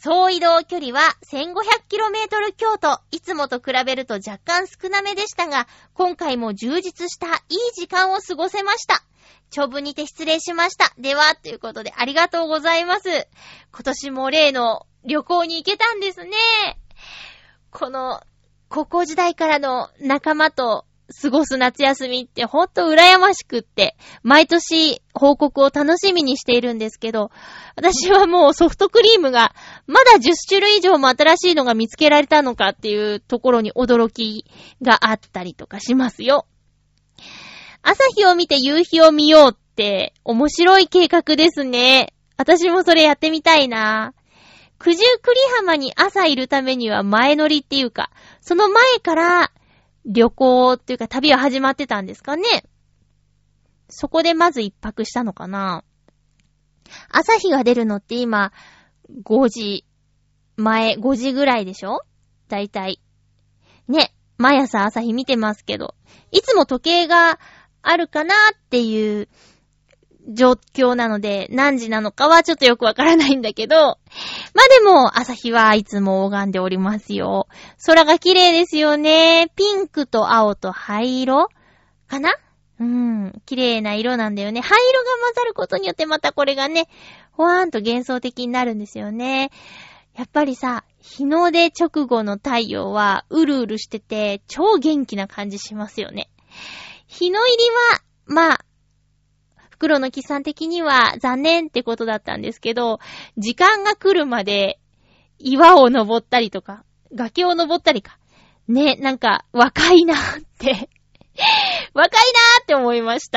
総移動距離は 1500km 強といつもと比べると若干少なめでしたが、今回も充実したいい時間を過ごせました。長文にて失礼しました。では、ということでありがとうございます。今年も例の旅行に行けたんですね。この高校時代からの仲間と過ごす夏休みってほんと羨ましくって、毎年報告を楽しみにしているんですけど、私はもうソフトクリームがまだ10種類以上も新しいのが見つけられたのかっていうところに驚きがあったりとかしますよ。朝日を見て夕日を見ようって面白い計画ですね。私もそれやってみたいな。九十九里浜に朝いるためには前乗りっていうか、その前から旅行っていうか旅は始まってたんですかね。そこでまず一泊したのかな。朝日が出るのって今5時ぐらいでしょ？だいたい。ね、毎朝朝日見てますけど、いつも時計があるかなっていう状況なので、何時なのかはちょっとよくわからないんだけど、まあでも朝日はいつも拝んでおりますよ。空が綺麗ですよね。ピンクと青と灰色かな？綺麗な色なんだよね。灰色が混ざることによってまたこれがね、ほわーんと幻想的になるんですよね。やっぱりさ、日の出直後の太陽はうるうるしてて超元気な感じしますよね。日の入りは、まあ、袋の木さん的には残念ってことだったんですけど、時間が来るまで岩を登ったりとか、崖を登ったりか。ね、なんか若いなーって、若いなーって思いました。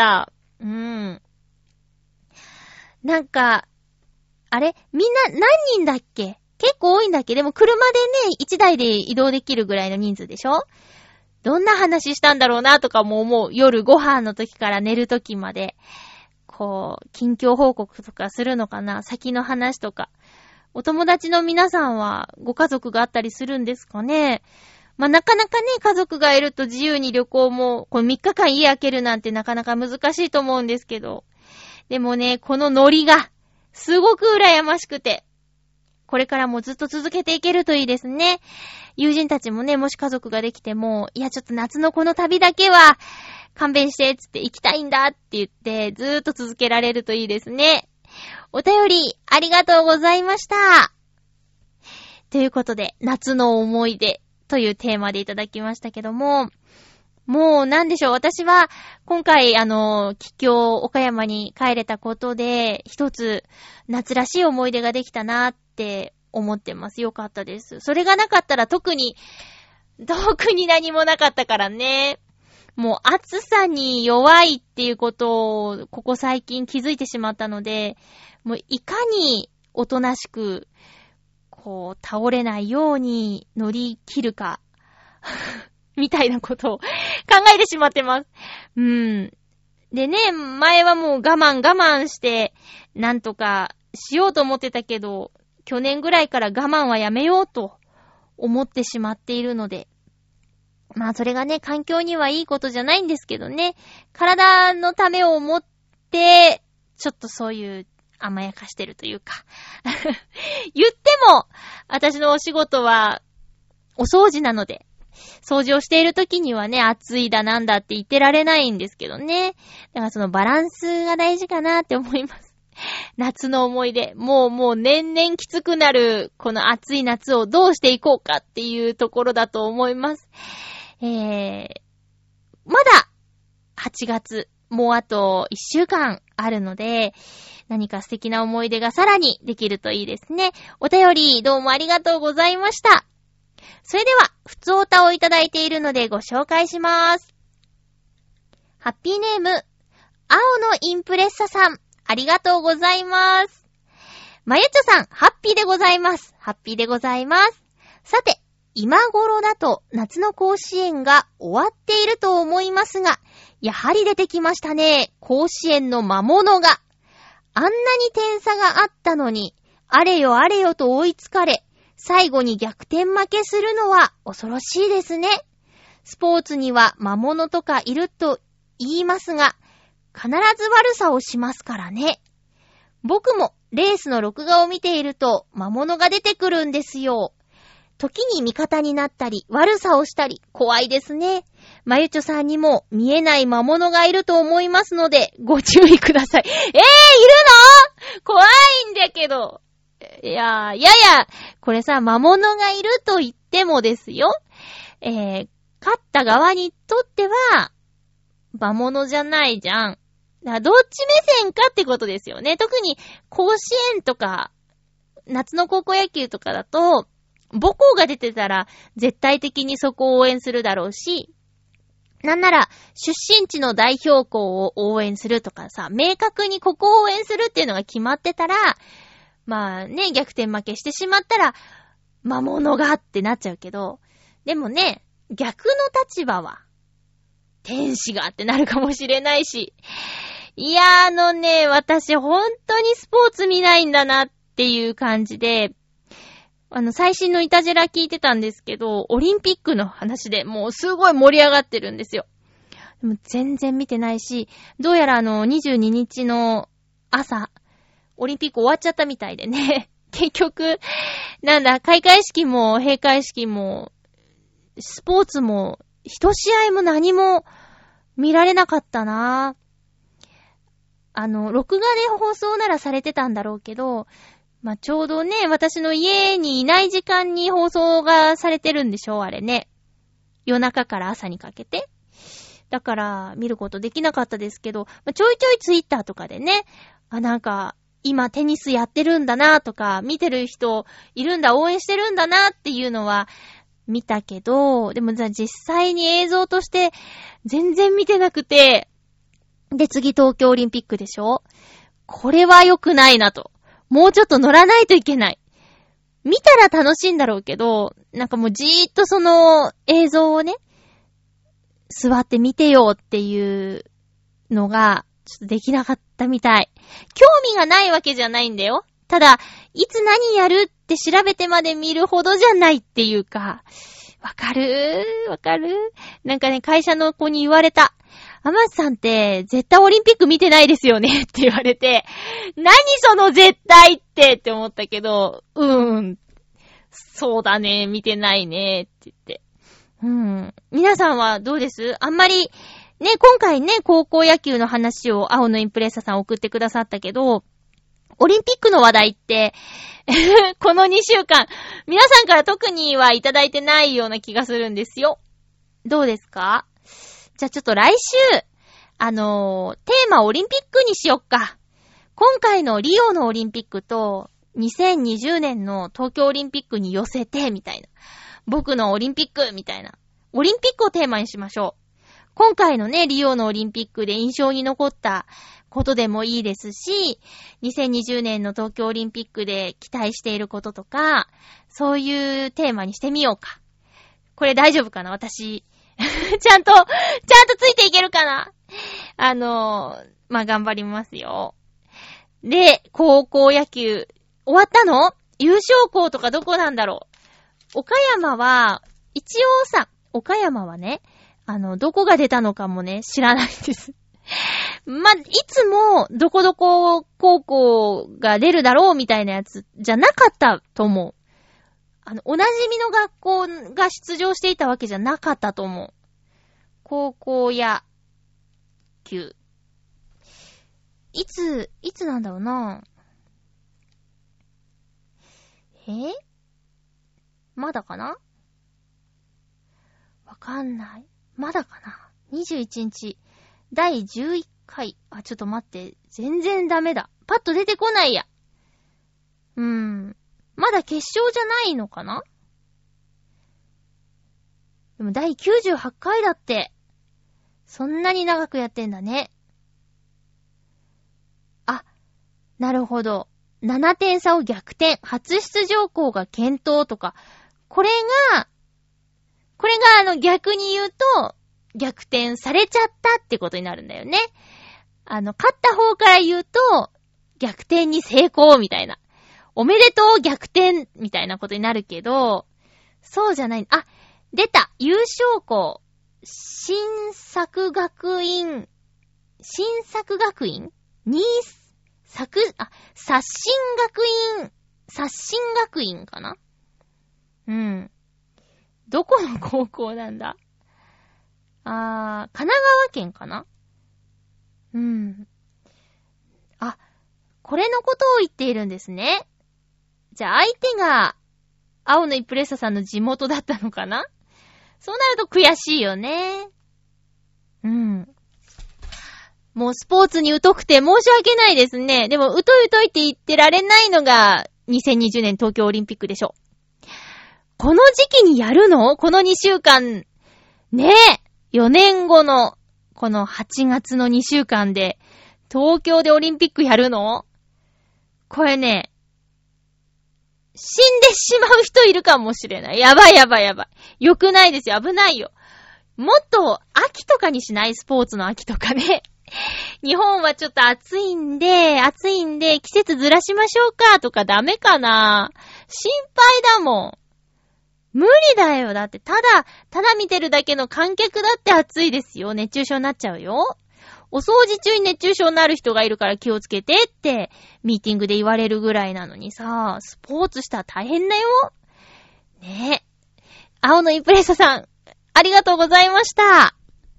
なんか、あれみんな何人だっけ？結構多いんだっけ？でも車でね、1台で移動できるぐらいの人数でしょ？どんな話したんだろうなとかも思う。夜ご飯の時から寝る時まで。こう、近況報告とかするのかな？先の話とか。お友達の皆さんはご家族があったりするんですかね？まあ、なかなかね、家族がいると自由に旅行も、こう3日間家開けるなんてなかなか難しいと思うんですけど。でもね、このノリが、すごく羨ましくて。これからもずっと続けていけるといいですね。友人たちもね、もし家族ができても、いやちょっと夏のこの旅だけは勘弁してつって行きたいんだって言ってずーっと続けられるといいですね。お便りありがとうございました。ということで、夏の思い出というテーマでいただきましたけども、もうなんでしょう、私は今回帰郷岡山に帰れたことで一つ夏らしい思い出ができたなって思ってます。よかったです。それがなかったら特に何もなかったからね。もう暑さに弱いっていうことをここ最近気づいてしまったので、もういかにおとなしくこう倒れないように乗り切るかみたいなことを考えてしまってます。でね、前はもう我慢してなんとかしようと思ってたけど、去年ぐらいから我慢はやめようと思ってしまっているので、まあそれがね、環境にはいいことじゃないんですけどね、体のためを思ってちょっとそういう甘やかしてるというか言っても私のお仕事はお掃除なので、掃除をしている時にはね、暑いだなんだって言ってられないんですけどね。だからそのバランスが大事かなって思います。夏の思い出。もう年々きつくなるこの暑い夏をどうしていこうかっていうところだと思います。まだ8月、もうあと1週間あるので、何か素敵な思い出がさらにできるといいですね。お便りどうもありがとうございました。それでは、ふつおたをいただいているのでご紹介します。ハッピーネーム、青のインプレッサさん、ありがとうございます。まゆちょさん、ハッピーでございます。ハッピーでございます。さて、今頃だと夏の甲子園が終わっていると思いますが、やはり出てきましたね。甲子園の魔物が。あんなに点差があったのに、あれよあれよと追いつかれ、最後に逆転負けするのは恐ろしいですね。スポーツには魔物とかいると言いますが、必ず悪さをしますからね。 僕もレースの録画を見ていると魔物が出てくるんですよ。時に味方になったり悪さをしたり怖いですね。まゆちょさんにも見えない魔物がいると思いますのでご注意ください。いるの？怖いんだけど。いや、これさ、魔物がいると言ってもですよ。勝った側にとっては魔物じゃないじゃん。だからどっち目線かってことですよね。特に甲子園とか夏の高校野球とかだと母校が出てたら絶対的にそこを応援するだろうし、なんなら出身地の代表校を応援するとかさ、明確にここを応援するっていうのが決まってたら、まあね、逆転負けしてしまったら魔物がってなっちゃうけど、でもね、逆の立場は天使がってなるかもしれないし、いや私本当にスポーツ見ないんだなっていう感じで、最新のイタジェラ聞いてたんですけど、オリンピックの話でもうすごい盛り上がってるんですよ。でも全然見てないし、どうやら22日の朝、オリンピック終わっちゃったみたいでね。結局、開会式も閉会式も、スポーツも、一試合も何も見られなかったな。録画で放送ならされてたんだろうけど、まあ、ちょうどね、私の家にいない時間に放送がされてるんでしょ、あれね。夜中から朝にかけて。だから、見ることできなかったですけど、まあ、ちょいちょいツイッターとかでね、今テニスやってるんだなとか、見てる人いるんだ、応援してるんだなっていうのは見たけど、でも実際に映像として全然見てなくて、で次東京オリンピックでしょ？これは良くないなと。もうちょっと乗らないといけない。見たら楽しいんだろうけど、もうじーっとその映像をね、座って見てよっていうのが、ちょっとできなかったみたい。興味がないわけじゃないんだよ。ただ、いつ何やるって調べてまで見るほどじゃないっていうか、わかる？会社の子に言われた。天津さんって絶対オリンピック見てないですよねって言われて、何その絶対って思ったけど、そうだね、見てないねって言って。皆さんはどうです？あんまり、ね、今回ね、高校野球の話を青のインプレッサさん送ってくださったけど、オリンピックの話題って、この2週間、皆さんから特にはいただいてないような気がするんですよ。どうですか？じゃあちょっと来週、テーマオリンピックにしよっか。今回のリオのオリンピックと、2020年の東京オリンピックに寄せて、みたいな。僕のオリンピック、みたいな。オリンピックをテーマにしましょう。今回のね、リオのオリンピックで印象に残ったことでもいいですし、2020年の東京オリンピックで期待していることとか、そういうテーマにしてみようか。これ大丈夫かな？私、ちゃんとついていけるかな？まあ、頑張りますよ。で、高校野球、終わったの？優勝校とかどこなんだろう？岡山は、一応さ、岡山はね、どこが出たのかもね、知らないです。ま、いつも、どこどこ高校が出るだろうみたいなやつじゃなかったと思う。おなじみの学校が出場していたわけじゃなかったと思う。高校野球。いつなんだろうな。まだかな？わかんない。まだかな？ 21 日。第11回。あ、ちょっと待って。全然ダメだ。パッと出てこないや。まだ決勝じゃないのかな？でも第98回だって。そんなに長くやってんだね。あ、なるほど。7点差を逆転。初出場校が検討とか。これが逆に言うと、逆転されちゃったってことになるんだよね。勝った方から言うと、逆転に成功みたいな。おめでとう逆転みたいなことになるけど、そうじゃない。あ、出た優勝校。新作学院新作学院新作刷新学院かな？うん。どこの高校なんだ？神奈川県かな？うん。これのことを言っているんですね。じゃあ相手が青のイプレッサさんの地元だったのかな？そうなると悔しいよね。うん。もうスポーツに疎くて申し訳ないですね。でも疎いって言ってられないのが2020年東京オリンピックでしょ。この時期にやるの？この2週間。ねえ。4年後のこの8月の2週間で東京でオリンピックやるの？これね、死んでしまう人いるかもしれない。やばい。よくないですよ。危ないよ。もっと秋とかにしない？スポーツの秋とかね。日本はちょっと暑いんで、季節ずらしましょうかとかダメかな？心配だもん。無理だよ。だってただ見てるだけの観客だって暑いですよ。熱中症になっちゃうよ。お掃除中に熱中症になる人がいるから気をつけてってミーティングで言われるぐらいなのにさ、スポーツしたら大変だよ。ねえ。青のイプレッサさん、ありがとうございました。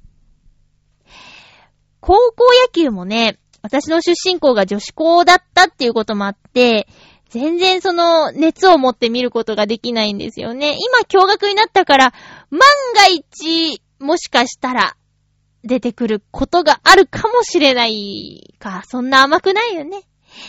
高校野球もね、私の出身校が女子校だったっていうこともあって、全然その熱を持って見ることができないんですよね。今共学になったから、万が一、もしかしたら、出てくることがあるかもしれないか。そんな甘くないよね。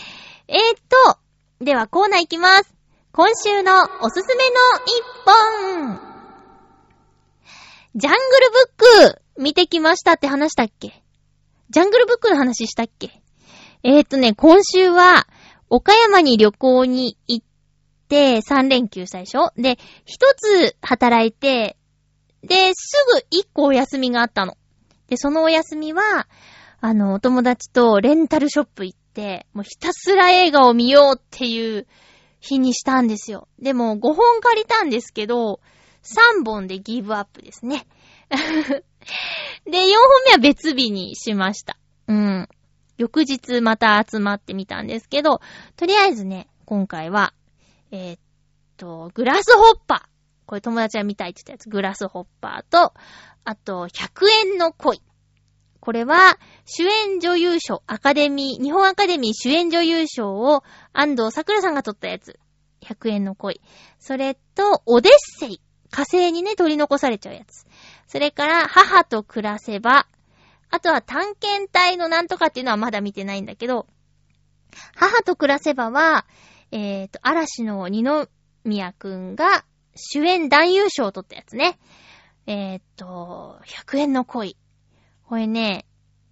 ではコーナーいきます。今週のおすすめの一本。ジャングルブック見てきましたって話したっけ？ジャングルブックの話したっけ？今週は岡山に旅行に行って3連休最初で、一つ働いて、で、すぐ一個お休みがあったの。で、そのお休みは、お友達とレンタルショップ行って、もうひたすら映画を見ようっていう日にしたんですよ。でも5本借りたんですけど、3本でギブアップですね。で、4本目は別日にしました。うん。翌日また集まってみたんですけど、とりあえずね、今回は、グラスホッパー。これ友達が見たいって言ったやつ。グラスホッパーと、あと、100円の恋。これは、主演女優賞、日本アカデミー主演女優賞を安藤サクラさんが取ったやつ。100円の恋。それと、オデッセイ。火星にね、取り残されちゃうやつ。それから、母と暮らせば。あとは、探検隊のなんとかっていうのはまだ見てないんだけど、母と暮らせばは、嵐の二宮くんが主演男優賞を取ったやつね。100円の恋。これね、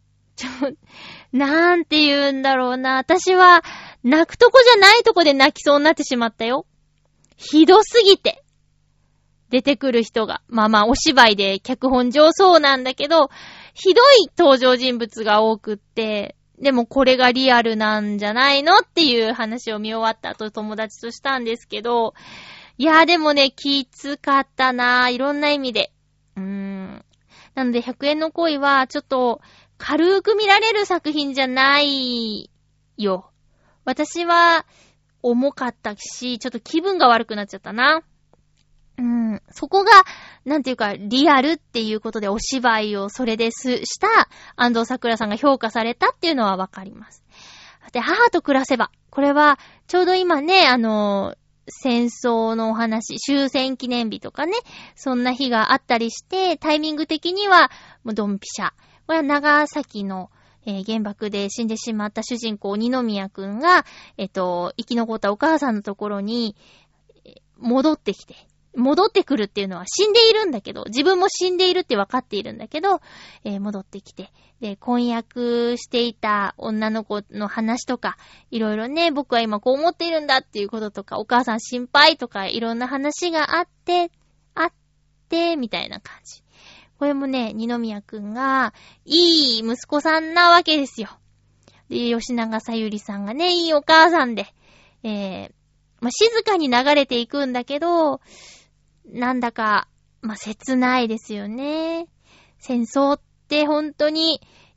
なんて言うんだろうな。私は、泣くとこじゃないとこで泣きそうになってしまったよ。ひどすぎて。出てくる人が。お芝居で脚本上そうなんだけど、ひどい登場人物が多くって、でもこれがリアルなんじゃないのっていう話を見終わった後友達としたんですけど、いやでもね、きつかったな。いろんな意味で。なので100円の恋はちょっと軽く見られる作品じゃないよ。私は重かったし、ちょっと気分が悪くなっちゃったな。そこが、なんていうか、リアルっていうことでお芝居をそれでした安藤サクラさんが評価されたっていうのはわかります。で、母と暮らせば。これは、ちょうど今ね、戦争のお話、終戦記念日とかね、そんな日があったりして、タイミング的には、もうドンピシャ。これは長崎の、原爆で死んでしまった主人公、二宮くんが、生き残ったお母さんのところに、戻ってくるっていうのは死んでいるんだけど、自分も死んでいるって分かっているんだけど、戻ってきて、で、婚約していた女の子の話とか、いろいろね、僕は今こう思っているんだっていうこととか、お母さん心配とか、いろんな話があって、みたいな感じ。これもね、二宮くんが、いい息子さんなわけですよ。で、吉永さゆりさんがね、いいお母さんで、静かに流れていくんだけど、なんだか、切ないですよね。戦争って本当に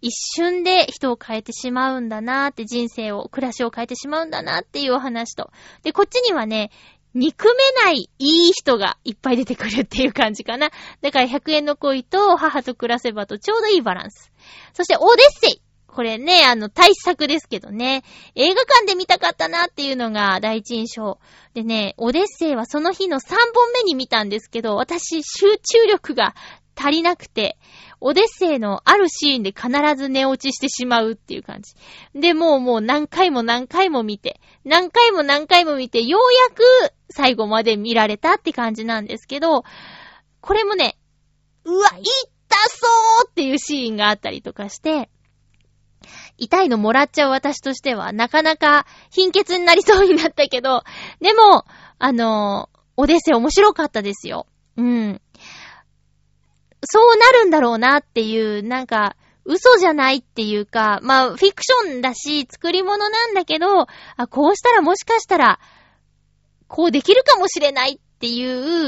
一瞬で人を変えてしまうんだなーって、人生を、暮らしを変えてしまうんだなっていうお話と。で、こっちにはね、憎めないいい人がいっぱい出てくるっていう感じかな。だから100円の恋と母と暮らせばとちょうどいいバランス。そしてオデッセイ。これね、大作ですけどね。映画館で見たかったなっていうのが第一印象。でね、オデッセイはその日の3本目に見たんですけど、私集中力が足りなくて、オデッセイのあるシーンで必ず寝落ちしてしまうっていう感じ。で、もう何回も見て、ようやく最後まで見られたって感じなんですけど、これもね、うわ、痛そうっていうシーンがあったりとかして、痛いのもらっちゃう私としては、なかなか貧血になりそうになったけど、でも、オデッセイ面白かったですよ。うん。そうなるんだろうなっていう、なんか、嘘じゃないっていうか、まあ、フィクションだし、作り物なんだけど、こうしたらもしかしたら、こうできるかもしれないっていう、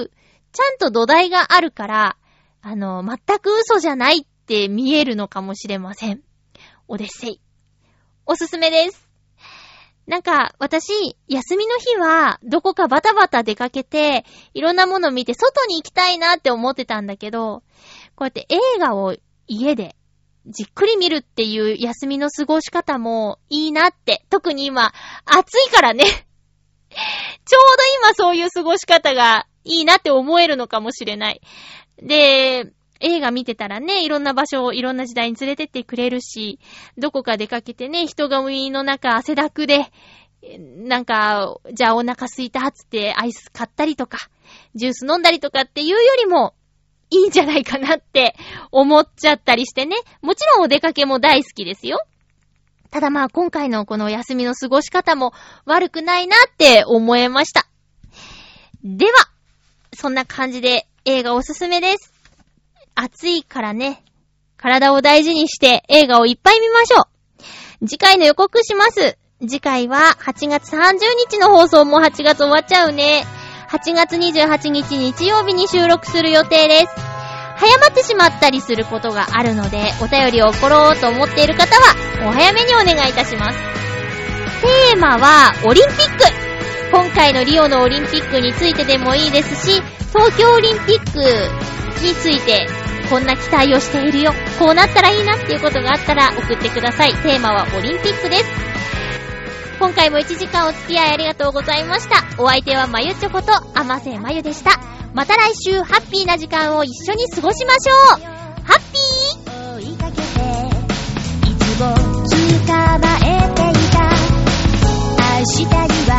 ちゃんと土台があるから、全く嘘じゃないって見えるのかもしれません。オデッセイ。おすすめです。なんか、私、休みの日は、どこかバタバタ出かけて、いろんなもの見て、外に行きたいなって思ってたんだけど、こうやって映画を家で、じっくり見るっていう休みの過ごし方もいいなって、特に今、暑いからね。ちょうど今そういう過ごし方がいいなって思えるのかもしれない。で、映画見てたらね、いろんな場所をいろんな時代に連れてってくれるし、どこか出かけてね、人混みの中汗だくで、なんか、じゃあお腹空いたっつってアイス買ったりとか、ジュース飲んだりとかっていうよりも、いいんじゃないかなって思っちゃったりしてね。もちろんお出かけも大好きですよ。ただまあ今回のこの休みの過ごし方も悪くないなって思えました。では、そんな感じで映画おすすめです。暑いからね、体を大事にして映画をいっぱい見ましょう。次回の予告します。次回は8月30日の放送も8月終わっちゃうね。8月28日日曜日に収録する予定です。早まってしまったりすることがあるので、お便りを送ろうと思っている方はお早めにお願いいたします。テーマはオリンピック。今回のリオのオリンピックについてでもいいですし、東京オリンピックについてこんな期待をしているよ、こうなったらいいなっていうことがあったら送ってください。テーマはオリンピックです。今回も1時間お付き合いありがとうございました。お相手はまゆちょこと甘瀬まゆでした。また来週ハッピーな時間を一緒に過ごしましょう。ハッピー。追いかけていつも捕まえていた明日には